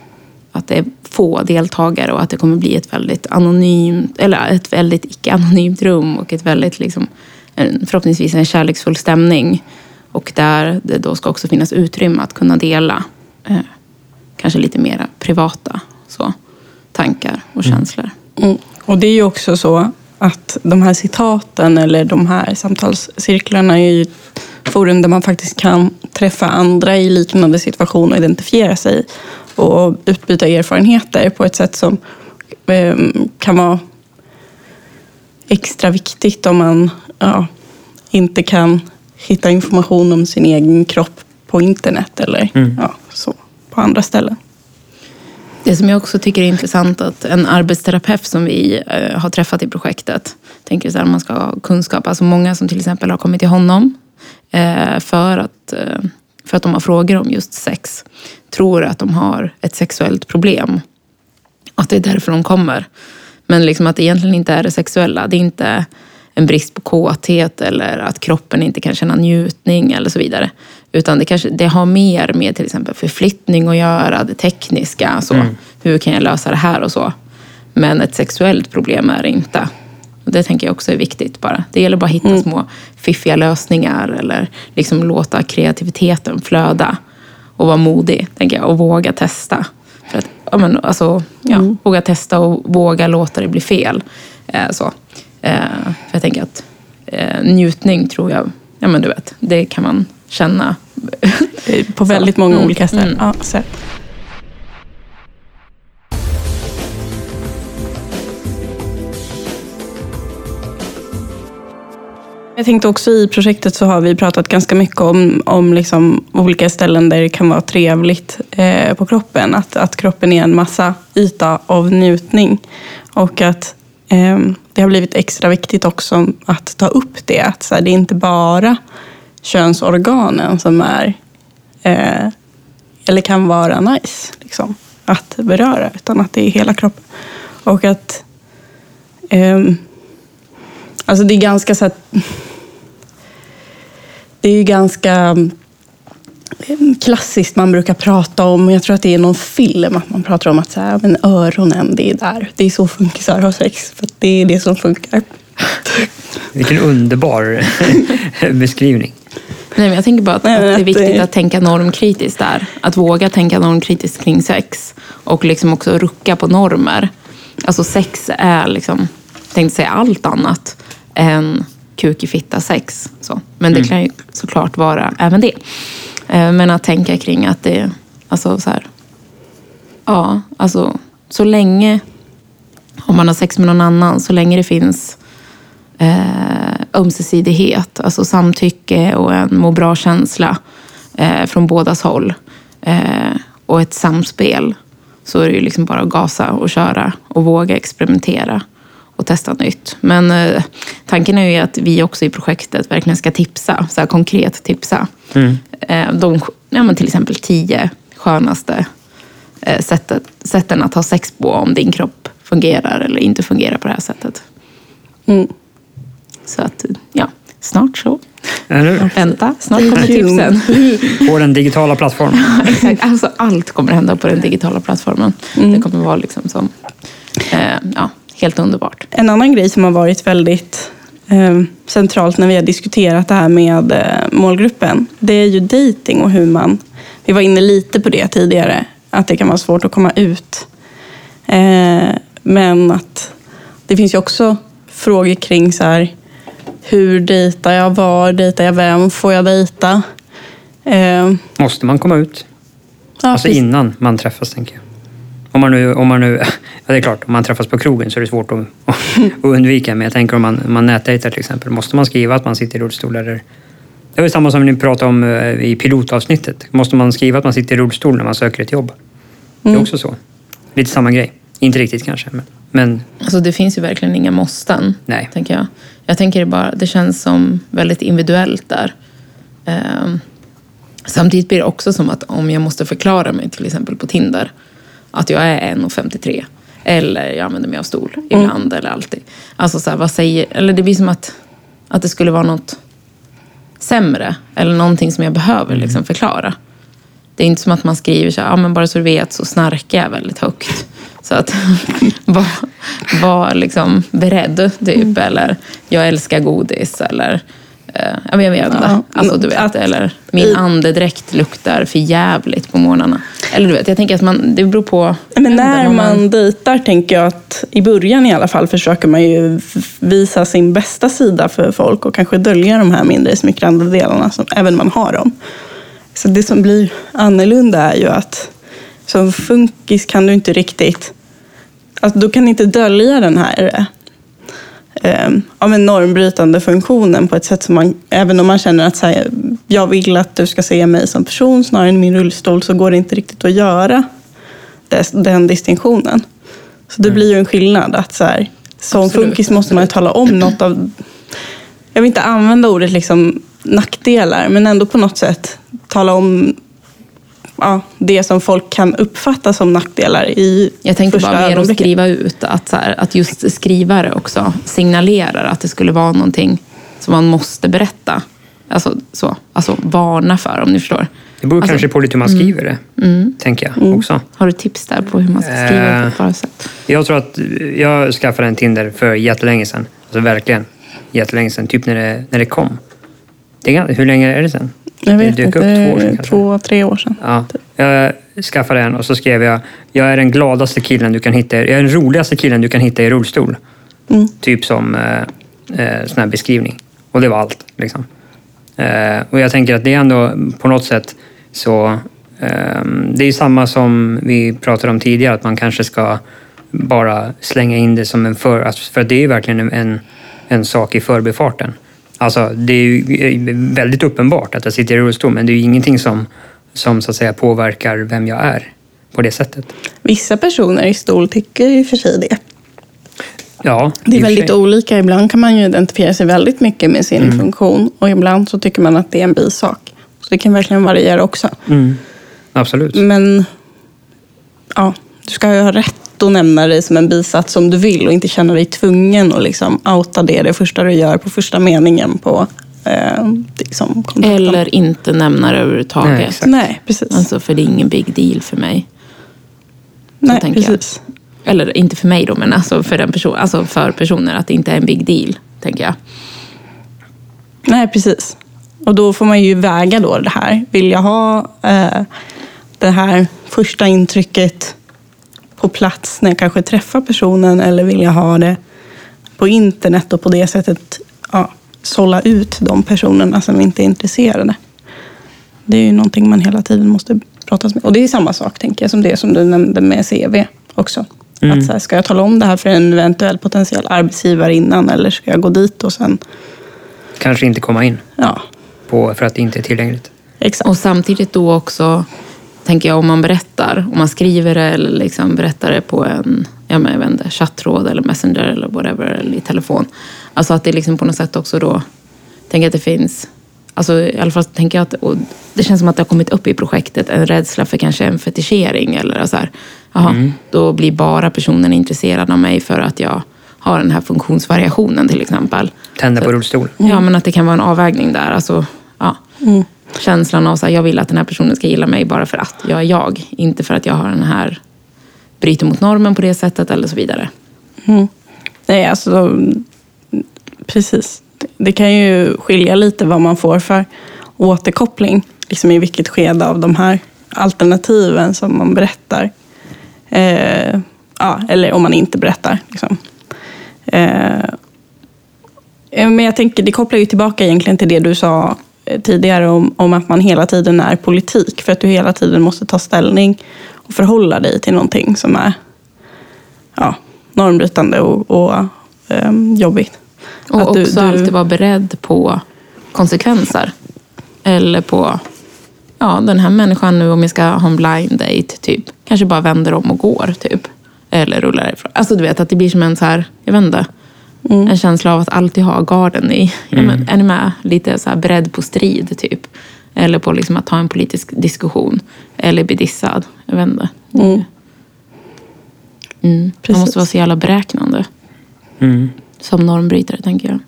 att det är få deltagare och att det kommer bli ett väldigt anonymt, eller ett väldigt icke-anonymt rum och ett väldigt liksom, en, förhoppningsvis en kärleksfull stämning. Och där det då ska också finnas utrymme att kunna dela eh, kanske lite mera privata så, tankar och Mm. känslor. Mm. Och det är ju också så att de här citaten eller de här samtalscirklarna är ju ett forum där man faktiskt kan träffa andra i liknande situation och identifiera sig och utbyta erfarenheter på ett sätt som eh, kan vara extra viktigt om man ja, inte kan hitta information om sin egen kropp på internet eller Mm. ja, så, på andra ställen. Det som jag också tycker är intressant att en arbetsterapeut som vi eh, har träffat i projektet tänker så här, man ska ha kunskap. Alltså många som till exempel har kommit till honom eh, för, att, eh, för att de har frågor om just sex tror att de har ett sexuellt problem. Att det är därför de kommer. Men liksom att det egentligen inte är det sexuella. Det är inte en brist på kåthet eller att kroppen inte kan känna njutning eller så vidare. Utan det, kanske, det har mer med till exempel förflyttning att göra, det tekniska. Så. Mm. Hur kan jag lösa det här och så. Men ett sexuellt problem är det inte. Och det tänker jag också är viktigt bara. Det gäller bara att hitta mm. små fiffiga lösningar eller liksom låta kreativiteten flöda. Och vara modig, tänker jag. Och våga testa. För att, ja, men, alltså, ja, mm. våga testa och våga låta det bli fel. Eh, så. Eh, för jag tänker att eh, njutning tror jag, ja men du vet, det kan man känna. På väldigt många mm. olika ställen. Mm. Ja, så. Jag tänkte också i projektet så har vi pratat ganska mycket om, om liksom olika ställen där det kan vara trevligt eh, på kroppen. Att, att kroppen är en massa yta av njutning. Och att eh, det har blivit extra viktigt också att ta upp det. Att så här, det är inte bara könsorganen som är eh, eller kan vara nice liksom, att beröra. Utan att det är hela kroppen. Och att eh, alltså det är ganska så att det är ju ganska klassiskt man brukar prata om. Jag tror att det är någon film att man pratar om att så här, men öronen, det är där. Det är så funkisar har sex, för det är det som funkar. Vilken underbar beskrivning. Nej, men jag tänker bara att, att det är viktigt att tänka normkritiskt där. Att våga tänka normkritiskt kring sex. Och liksom också rucka på normer. Alltså sex är liksom, jag tänkte säga allt annat än kuk i fitta sex. Så. Men det mm. kan ju såklart vara även det. Men att tänka kring att det, alltså så här, ja, alltså så länge, om man har sex med någon annan, så länge det finns eh, ömsesidighet, alltså samtycke och en må bra känsla eh, från bådas håll eh, och ett samspel, så är det ju liksom bara att gasa och köra och våga experimentera och testa nytt. Men eh, tanken är ju att vi också i projektet verkligen ska tipsa, så här konkret tipsa. Mm. Eh, de, ja, men till exempel tio skönaste eh, sättet, sätten att ha sex på om din kropp fungerar eller inte fungerar på det här sättet. Mm. Så att, ja, snart så. Vänta, snart kommer tipsen. På den digitala plattformen. Exakt, alltså allt kommer hända på den digitala plattformen. Mm. Det kommer vara liksom som, eh, ja, helt underbart. En annan grej som har varit väldigt eh, centralt när vi har diskuterat det här med eh, målgruppen, det är ju dating och hur man, vi var inne lite på det tidigare, att det kan vara svårt att komma ut. Eh, men att det finns ju också frågor kring så här, hur dejtar jag, var dejtar jag, vem får jag dejta? Eh, Måste man komma ut? Ja, alltså precis. Innan man träffas, tänker jag. Om man nu, om man nu, ja det är klart, om man träffas på krogen så är det svårt att, att undvika. Men jag tänker om man, man nätdejtar till exempel, måste man skriva att man sitter i rullstol eller... Det är samma som ni pratade om i pilotavsnittet. Måste man skriva att man sitter i rullstol när man söker ett jobb? Det är mm. också så. Lite samma grej. Inte riktigt kanske, men... men... Alltså det finns ju verkligen inga måsten, Nej. tänker jag. Jag tänker det bara, det känns som väldigt individuellt där. Um, samtidigt blir det också som att om jag måste förklara mig till exempel på Tinder att jag är en komma femtiotre eller jag använder mig av stol ibland mm. eller alltid. Alltså så här, vad säger, eller det blir som att, att det skulle vara något sämre eller någonting som jag behöver liksom förklara. Det det är inte som att man skriver så här, ja men bara så du vet så snarkar jag väldigt högt. Så att var, var liksom beredd typ, eller jag älskar godis, eller jag vet inte, ja, alltså du vet, att, eller min andedräkt luktar för jävligt på morgnarna. Eller du vet, jag tänker att man, det beror på. Men när man, man dejtar tänker jag att i början i alla fall försöker man ju visa sin bästa sida för folk och kanske dölja de här mindre smickrande delarna som även man har dem. Så det som blir annorlunda är ju att som funkis kan du inte riktigt, alltså du kan inte dölja den här av en normbrytande funktionen på ett sätt som man, även om man känner att så här, jag vill att du ska se mig som person snarare än min rullstol, så går det inte riktigt att göra det, den distinktionen. Så det mm. blir ju en skillnad att så här, som absolut, funkis måste man ju tala om något av, jag vill inte använda ordet liksom nackdelar, men ändå på något sätt tala om ja, det som folk kan uppfatta som nackdelar i jag tänkte bara mer att skriva ut att, så här, att just skrivare också signalerar att det skulle vara någonting som man måste berätta. Alltså, så, alltså varna för, om ni förstår. Det beror alltså, kanske på lite hur man skriver mm, det, mm, tänker jag mm. också. Har du tips där på hur man ska skriva eh, på ett bra sätt? Jag tror att jag skaffade en Tinder för jättelänge sedan. Alltså verkligen jättelänge sedan, typ när det, när det kom. Det är, hur länge är det sedan? Jag vet det dök inte, upp två, år sedan, två, tre år sedan. Ja, jag skaffade en och så skrev jag, jag är den gladaste killen du kan hitta, jag är den roligaste killen du kan hitta i rullstol. Mm. Typ som eh, sån här beskrivning. Och det var allt, liksom. Eh, och jag tänker att det är ändå på något sätt så, eh, det är samma som vi pratade om tidigare, att man kanske ska bara slänga in det som en för, alltså, för det är ju verkligen en, en, en sak i förbifarten. Alltså, det är ju väldigt uppenbart att jag sitter i rullstol, men det är ju ingenting som, som så att säga påverkar vem jag är på det sättet. Vissa personer i stol tycker ju för sig det. Ja, det är väldigt olika. Ibland kan man ju identifiera sig väldigt mycket med sin mm. funktion, och ibland så tycker man att det är en bisak. Så det kan verkligen variera också. Mm. Absolut. Men ja, du ska ju ha rätt att nämna dig som en bisats som du vill och inte känna dig tvungen att liksom outa det det första du gör på första meningen på eh, liksom eller inte nämna det överhuvudtaget. Nej, Nej precis. Alltså, för det är ingen big deal för mig. Så Nej, precis. Jag. Eller inte för mig då, men alltså för, den person, alltså för personer att det inte är en big deal, tänker jag. Nej, precis. Och då får man ju väga då det här. Vill jag ha eh, det här första intrycket på plats när jag kanske träffar personen, eller vill jag ha det på internet och på det sättet ja, sålla ut de personerna som inte är intresserade. Det är ju någonting man hela tiden måste prata med. Och det är samma sak, tänker jag, som det som du nämnde med C V också. Mm. Att så här, ska jag tala om det här för en eventuell potentiell arbetsgivare innan, eller ska jag gå dit och sen kanske inte komma in ja. på, för att det inte är tillgängligt. Exakt. Och samtidigt då också, tänker jag, om man berättar, om man skriver det eller liksom berättar det på en ja, men jag vet inte, chattråd eller messenger eller whatever, eller i telefon. Alltså att det liksom på något sätt också då, tänker jag att det finns, alltså i alla fall tänker jag att, och det känns som att det har kommit upp i projektet en rädsla för kanske en fetischering eller så här, jaha, mm. då blir bara personen intresserad av mig för att jag har den här funktionsvariationen till exempel. Tända på rullstol. Ja, men att det kan vara en avvägning där, alltså ja. Mm. Känslan av att jag vill att den här personen ska gilla mig bara för att jag är jag. Inte för att jag har den här bryter mot normen på det sättet eller så vidare. Mm. Nej, alltså precis. Det kan ju skilja lite vad man får för återkoppling. Liksom i vilket skede av de här alternativen som man berättar. Eh, ja, eller om man inte berättar. Liksom. Eh, men jag tänker, det kopplar ju tillbaka egentligen till det du sa tidigare om, om att man hela tiden är politik, för att du hela tiden måste ta ställning och förhålla dig till någonting som är ja, normbrytande och, och um, jobbigt. Och att också du, du... alltid vara beredd på konsekvenser. Eller på ja, den här människan nu, om jag ska ha en blind date typ, kanske bara vänder om och går typ. Eller rullar ifrån. Alltså du vet att det blir som en så här, jag vet inte, Mm. en känsla av att alltid ha garden i. Mm. Ja, men, är ni med? Lite så här beredd på strid typ. Eller på liksom att ta en politisk diskussion. Eller bli dissad. Jag vet inte. Mm. Mm. Man måste vara så jävla beräknande. Mm. Som normbrytare, tänker jag.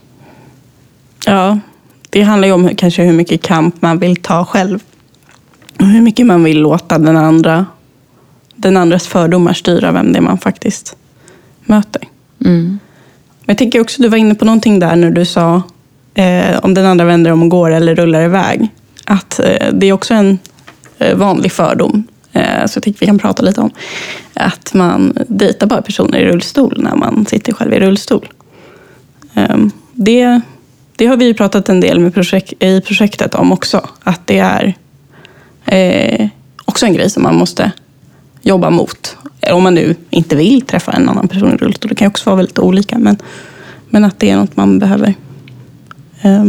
Ja, det handlar ju om kanske hur mycket kamp man vill ta själv. Och hur mycket man vill låta den andra, den andras fördomar styra vem det är man faktiskt möter. Mm. Men jag tänker också, du var inne på någonting där när du sa eh, om den andra vänder om och går eller rullar iväg. Att eh, det är också en eh, vanlig fördom. Eh, så jag tycker vi kan prata lite om. Att man dejtar bara personer i rullstol när man sitter själv i rullstol. Eh, det, det har vi ju pratat en del med projekt, i projektet om också. Att det är eh, också en grej som man måste jobba mot. Om man nu inte vill träffa en annan person i rullstol. Det kan också vara väldigt olika. Men, men att det är något man behöver eh,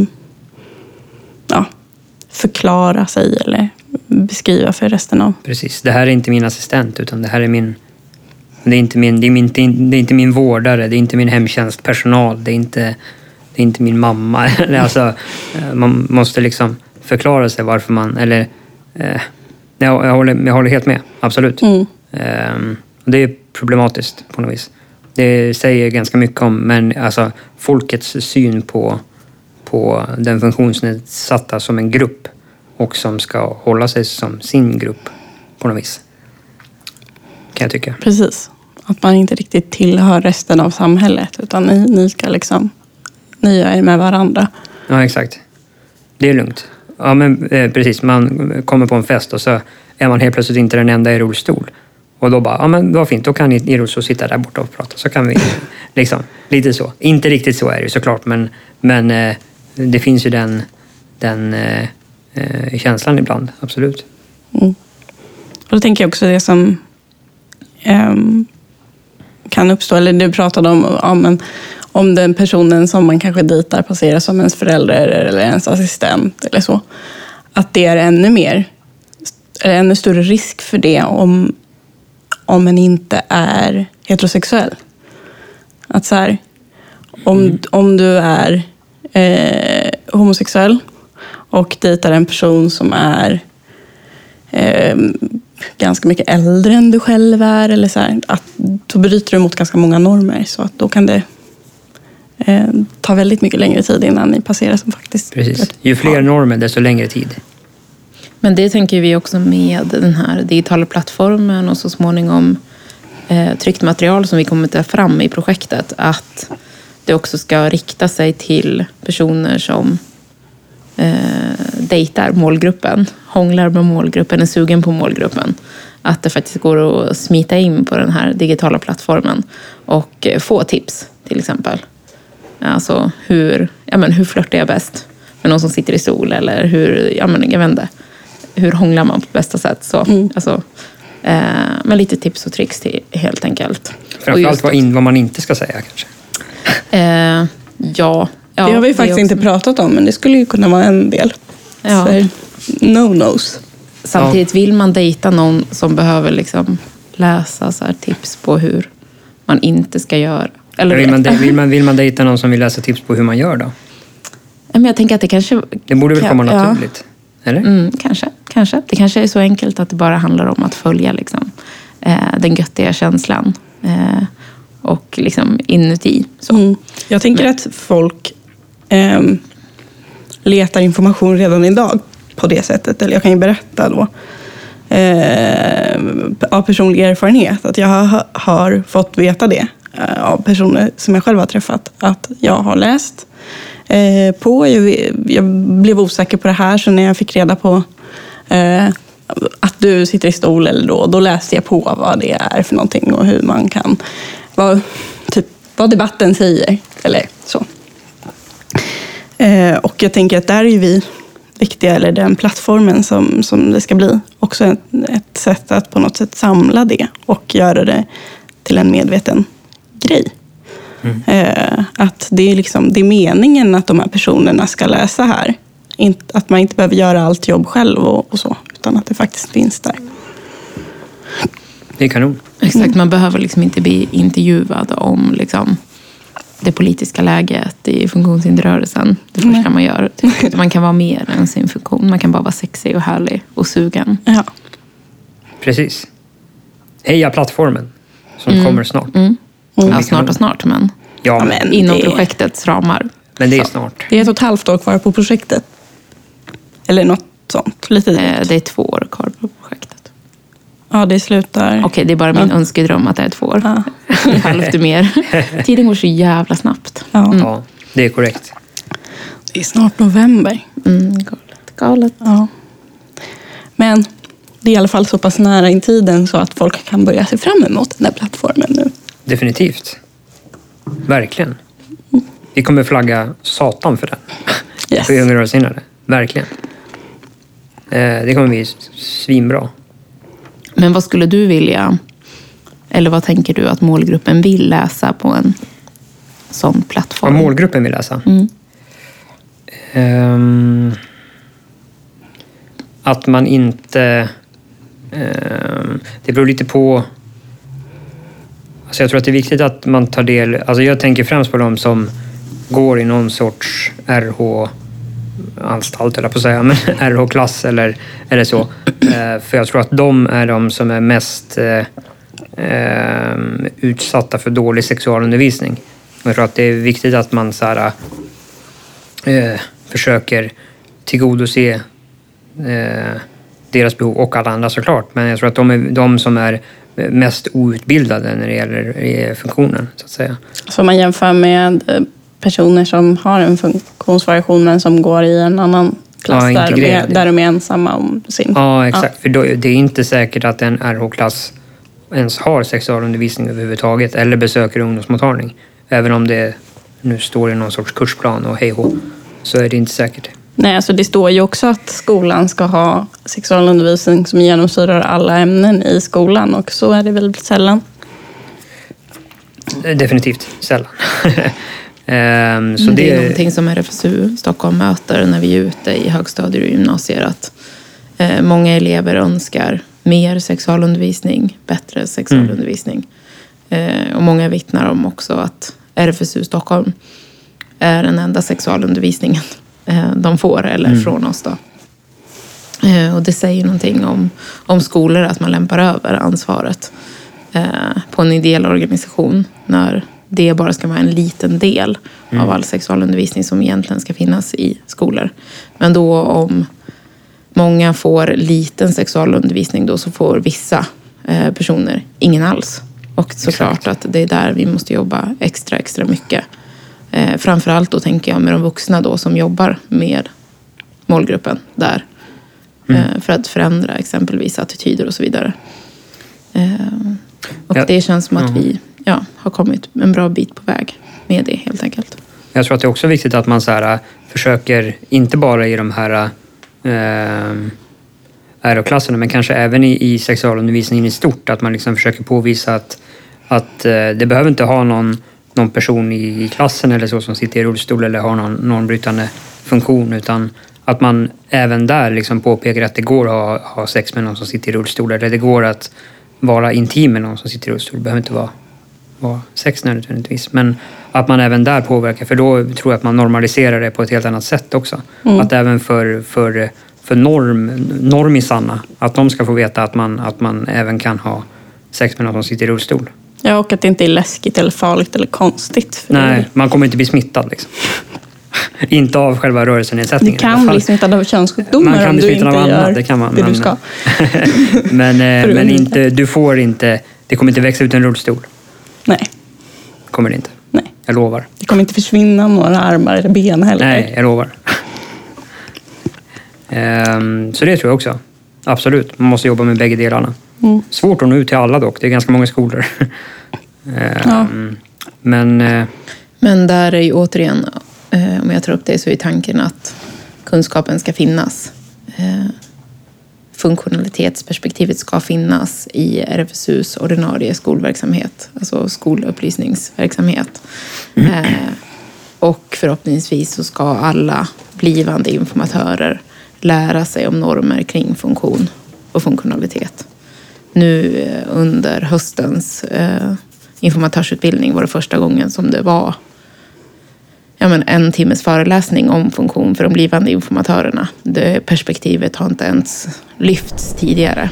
ja, förklara sig eller beskriva för resten av. Precis, det här är inte min assistent utan det här är min det är inte min det är min, det är inte min vårdare, det är inte min hemtjänstpersonal, det är inte det är inte min mamma. Alltså, man måste liksom förklara sig varför man eller eh, jag, jag, håller, jag håller helt med, absolut. Mm. Um, det är problematiskt på något vis. Det säger ganska mycket om men alltså folkets syn på på den funktionsnedsatta som en grupp och som ska hålla sig som sin grupp på något vis. Kan jag tycka. Precis. Att man inte riktigt tillhör resten av samhället utan ni, ni ska liksom ni är med varandra. Ja, exakt. Det är lugnt. Ja, men eh, precis. Man kommer på en fest och så är man helt plötsligt inte den enda i rullstol. Och då bara, ja men det var fint, då kan ni i rullstol sitta där borta och prata. Så kan vi, liksom, lite så. Inte riktigt så är det ju såklart, men, men eh, det finns ju den, den eh, eh, känslan ibland, absolut. Mm. Och då tänker jag också det som eh, kan uppstå, eller du pratade om, om, om den personen som man kanske dejtar passerar som ens förälder eller ens assistent eller så. Att det är ännu mer, eller ännu större risk för det om om man inte är heterosexuell. Att så här, om, mm. om du är eh, homosexuell och dejtar en person som är eh, ganska mycket äldre än du själv är, eller så här, att då bryter du mot ganska många normer, så att då kan det eh, ta väldigt mycket längre tid innan ni passerar som faktiskt... Precis. Ju fler normer, desto längre tid. Men det tänker vi också med den här digitala plattformen och så småningom eh, tryckt material som vi kommer ta fram i projektet. Att det också ska rikta sig till personer som eh, dejtar målgruppen, hånglar med målgruppen, är sugen på målgruppen. Att det faktiskt går att smita in på den här digitala plattformen och få tips till exempel. Alltså hur, ja men, hur flörtar jag bäst med någon som sitter i stol, eller hur, ja men jag vet inte. Hur hånglar man på bästa sätt? Så, mm. alltså, eh, med lite tips och tricks till, helt enkelt. Framförallt vad, in, vad man inte ska säga kanske. Eh, ja, ja. Det har vi faktiskt inte pratat om, men det skulle ju kunna vara en del. Ja. För no-nos. Samtidigt vill man dejta någon som behöver liksom läsa så här tips på hur man inte ska göra. Eller vill, man, vill, man, vill man dejta någon som vill läsa tips på hur man gör då? Men jag tänker att det kanske... Det borde väl kan, komma naturligt? Ja. Eller? Mm, kanske, kanske. Det kanske är så enkelt att det bara handlar om att följa liksom, eh, den göttiga känslan. Eh, och liksom inuti. Så. Mm. Jag tänker Men. att folk eh, letar information redan idag på det sättet. Eller jag kan ju berätta då eh, av personlig erfarenhet att jag har, har fått veta det eh, av personer som jag själv har träffat. Att jag har läst eh, på. Jag, jag blev osäker på det här, så när jag fick reda på eh, att du sitter i stol eller då, då läste jag på vad det är för någonting och hur man kan, vad, typ, vad debatten säger eller så. Eh, och jag tänker att där är ju vi viktiga, eller den plattformen som, som det ska bli, också ett, ett sätt att på något sätt samla det och göra det till en medveten grej. Mm. Eh, att det är, liksom, det är meningen att de här personerna ska läsa här. Inte, att man inte behöver göra allt jobb själv och, och så, utan att det faktiskt finns där. Det är kanon. Exakt, man behöver liksom inte bli intervjuad om liksom, det politiska läget i funktionshinderrörelsen. Det första mm. man gör. Man kan vara mer än sin funktion. Man kan bara vara sexig och härlig och sugen. Ja. Precis. Heja plattformen som mm. kommer snart. Mm. Mm. Ja, snart och snart, men, ja, men inom det... projektets ramar. Men det är så. snart. Det är ett och ett halvt år kvar på projektet. Eller något sånt? Lite Eh, det är två år kvar på projektet. Ja, det slutar... Okej, okay, det är bara min ja. önskedröm att det är två år. Ja. Halvt mer. Tiden går så jävla snabbt. Ja. Mm. Ja, det är korrekt. Det är snart november. Mm, galet. Galet. Ja. Men det är i alla fall så pass nära i tiden så att folk kan börja se fram emot den här plattformen nu. Definitivt. Verkligen. Vi kommer flagga satan för den. Yes. För unga rörelsehindrade. Verkligen. Eh, det kommer bli svinbra. Men vad skulle du vilja, eller vad tänker du att målgruppen vill läsa på en sån plattform? Vad målgruppen vill läsa? Mm. Um, att man inte... Um, det beror lite på... Alltså jag tror att det är viktigt att man tar del... Alltså jag tänker främst på de som går i någon sorts R H-anstalt, eller på att säga, men R H-klass eller, eller så. Uh, för jag tror att de är de som är mest uh, uh, utsatta för dålig sexualundervisning. Jag tror att det är viktigt att man så här, uh, försöker tillgodose uh, deras behov och alla andra såklart. Men jag tror att de är de som är mest outbildade när det gäller funktionen, så att säga. Så man jämför med personer som har en funktionsvariation men som går i en annan klass ja, där, de är, där de är ensamma om sin... Ja, exakt. Ja. För då, det är inte säkert att en R H-klass ens har sexualundervisning överhuvudtaget eller besöker ungdomsmottagning. Även om det nu står i någon sorts kursplan och hej hå, så är det inte säkert. Nej, alltså det står ju också att skolan ska ha sexualundervisning som genomsyrar alla ämnen i skolan, och så är det väl sällan. Definitivt sällan. um, så det, det är någonting som R F S U Stockholm möter när vi är ute i högstadier och gymnasier, att eh, många elever önskar mer sexualundervisning, bättre sexualundervisning. Mm. Eh, och många vittnar om också att R F S U Stockholm är den enda sexualundervisningen de får, eller mm. från oss då. Och det säger någonting om, om skolor, att man lämpar över ansvaret eh, på en ideell organisation när det bara ska vara en liten del mm. av all sexualundervisning som egentligen ska finnas i skolor. Men då om många får liten sexualundervisning, då så får vissa eh, personer ingen alls. Och såklart att det är där vi måste jobba extra, extra mycket. Eh, framförallt då tänker jag med de vuxna då som jobbar med målgruppen där. Mm. Eh, för att förändra exempelvis attityder och så vidare. Eh, och ja. det känns som att mm. vi ja, har kommit en bra bit på väg med det helt enkelt. Jag tror att det är också viktigt att man så här, försöker, inte bara i de här eh, R H-klasserna, men kanske även i, i sexualundervisningen i stort, att man liksom försöker påvisa att, att eh, det behöver inte ha någon någon person i klassen eller så som sitter i rullstol eller har någon normbrytande funktion, utan att man även där liksom påpekar att det går att ha, ha sex med någon som sitter i rullstol, eller det går att vara intim med någon som sitter i rullstol. Det behöver inte vara, vara sex nödvändigtvis, men att man även där påverkar, för då tror jag att man normaliserar det på ett helt annat sätt också. Mm. Att även för, för, för norm, normisanna, att de ska få veta att man, att man även kan ha sex med någon som sitter i rullstol. Ja, och att det inte är läskigt eller farligt eller konstigt. Nej, det... man kommer inte bli smittad liksom. Inte av själva rörelsenedsättningen. Du kan bli smittad av könssjukdomar om du inte av gör annat, det, kan man, det men, du ska. men men inte, du får inte, det kommer inte växa ut en rullstol. Nej. Kommer det inte. Nej. Jag lovar. Det kommer inte försvinna några armar eller ben heller. Nej, jag lovar. um, så det tror jag också. Absolut, man måste jobba med bägge delarna. Mm. Svårt att nå ut till alla dock, det är ganska många skolor. um, ja. Men... Uh, Men där är ju återigen, eh, om jag tar upp det, så är tanken att kunskapen ska finnas. Eh, funktionalitetsperspektivet ska finnas i R F S U:s ordinarie skolverksamhet, alltså skolupplysningsverksamhet. Mm. Eh, och förhoppningsvis så ska alla blivande informatörer lära sig om normer kring funktion och funktionalitet. Nu eh, under höstens eh, informatörsutbildning var det första gången som det var ja, men en timmes föreläsning om funktion för de blivande informatörerna. Det perspektivet har inte ens lyfts tidigare.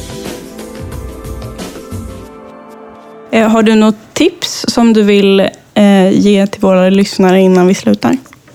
Har du något tips som du vill eh, ge till våra lyssnare innan vi slutar?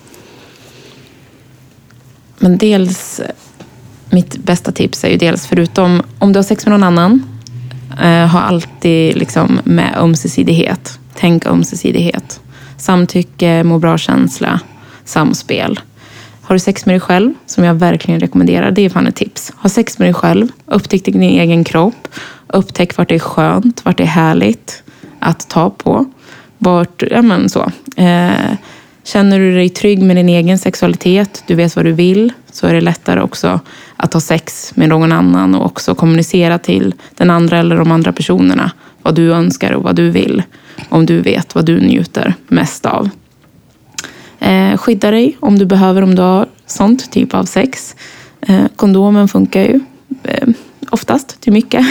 Men dels, mitt bästa tips är ju dels, förutom om du har sex med någon annan, eh, ha alltid liksom med ömsesidighet. Tänk ömsesidighet. Samtycke, må bra känsla, samspel. Har du sex med dig själv, som jag verkligen rekommenderar, det är fan ett tips. Ha sex med dig själv, upptäck din egen kropp, upptäck vart det är skönt, vart det är härligt att ta på. Vart, ja men så. Eh, känner du dig trygg med din egen sexualitet, du vet vad du vill, så är det lättare också att ha sex med någon annan och också kommunicera till den andra eller de andra personerna vad du önskar och vad du vill. Om du vet vad du njuter mest av. Eh, skydda dig om du behöver, om du har sånt typ av sex. Eh, kondomen funkar ju eh, oftast till mycket.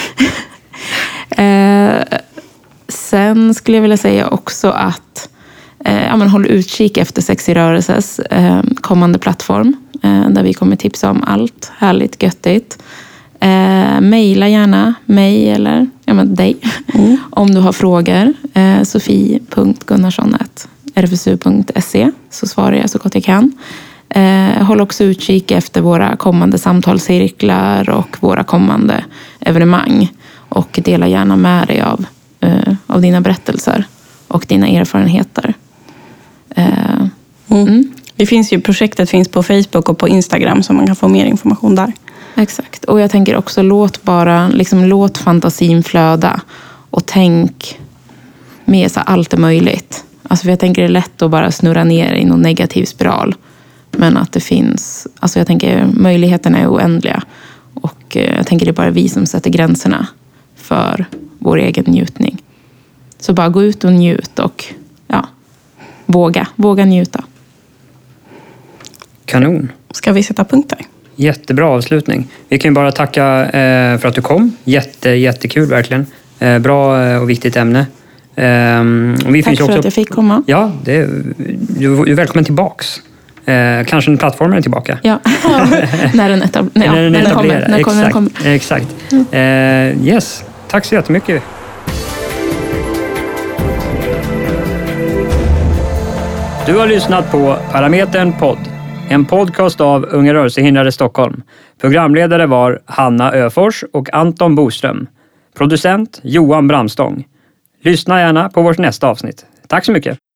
eh, sen skulle jag vilja säga också att eh, ja, men håll utkik efter Sex i rörelses eh, kommande plattform. Eh, där vi kommer tipsa om allt härligt, göttigt. Eh, maila gärna mig eller ja, men dig mm. om du har frågor. Eh, sofie punkt gunnarsson snabel-a r f s u punkt se så svarar jag så gott jag kan. Eh, håll också utkik efter våra kommande samtalscirklar och våra kommande evenemang. Och dela gärna med dig av, eh, av dina berättelser och dina erfarenheter. Eh, mm. Mm. Det finns ju, projektet finns på Facebook och på Instagram så man kan få mer information där. Exakt. Och jag tänker också låt bara, liksom låt fantasin flöda och tänk med så allt är möjligt. Alltså för jag tänker det är lätt att bara snurra ner i någon negativ spiral. Men att det finns, alltså jag tänker möjligheterna är oändliga. Och jag tänker det är bara vi som sätter gränserna för vår egen njutning. Så bara gå ut och njut och ja, våga, våga njuta. Kanon. Ska vi sätta punkt där? Jättebra avslutning. Vi kan ju bara tacka eh, för att du kom. Jätte, jättekul verkligen. Eh, bra och viktigt ämne. Um, och vi Tack finns för också, att jag fick komma. Ja, det, du, du är välkommen tillbaks. Uh, kanske när plattformen är tillbaka. Ja, när den, etab- Nej, ja, när den kommer. När exakt. Den kommer. exakt. Mm. Uh, yes, tack så jättemycket. Du har lyssnat på Parametern podd. En podcast av Unga rörelsehindrade Stockholm. Programledare var Hanna Öfors och Anton Boström. Producent Johan Bramstång. Lyssna gärna på vårt nästa avsnitt. Tack så mycket!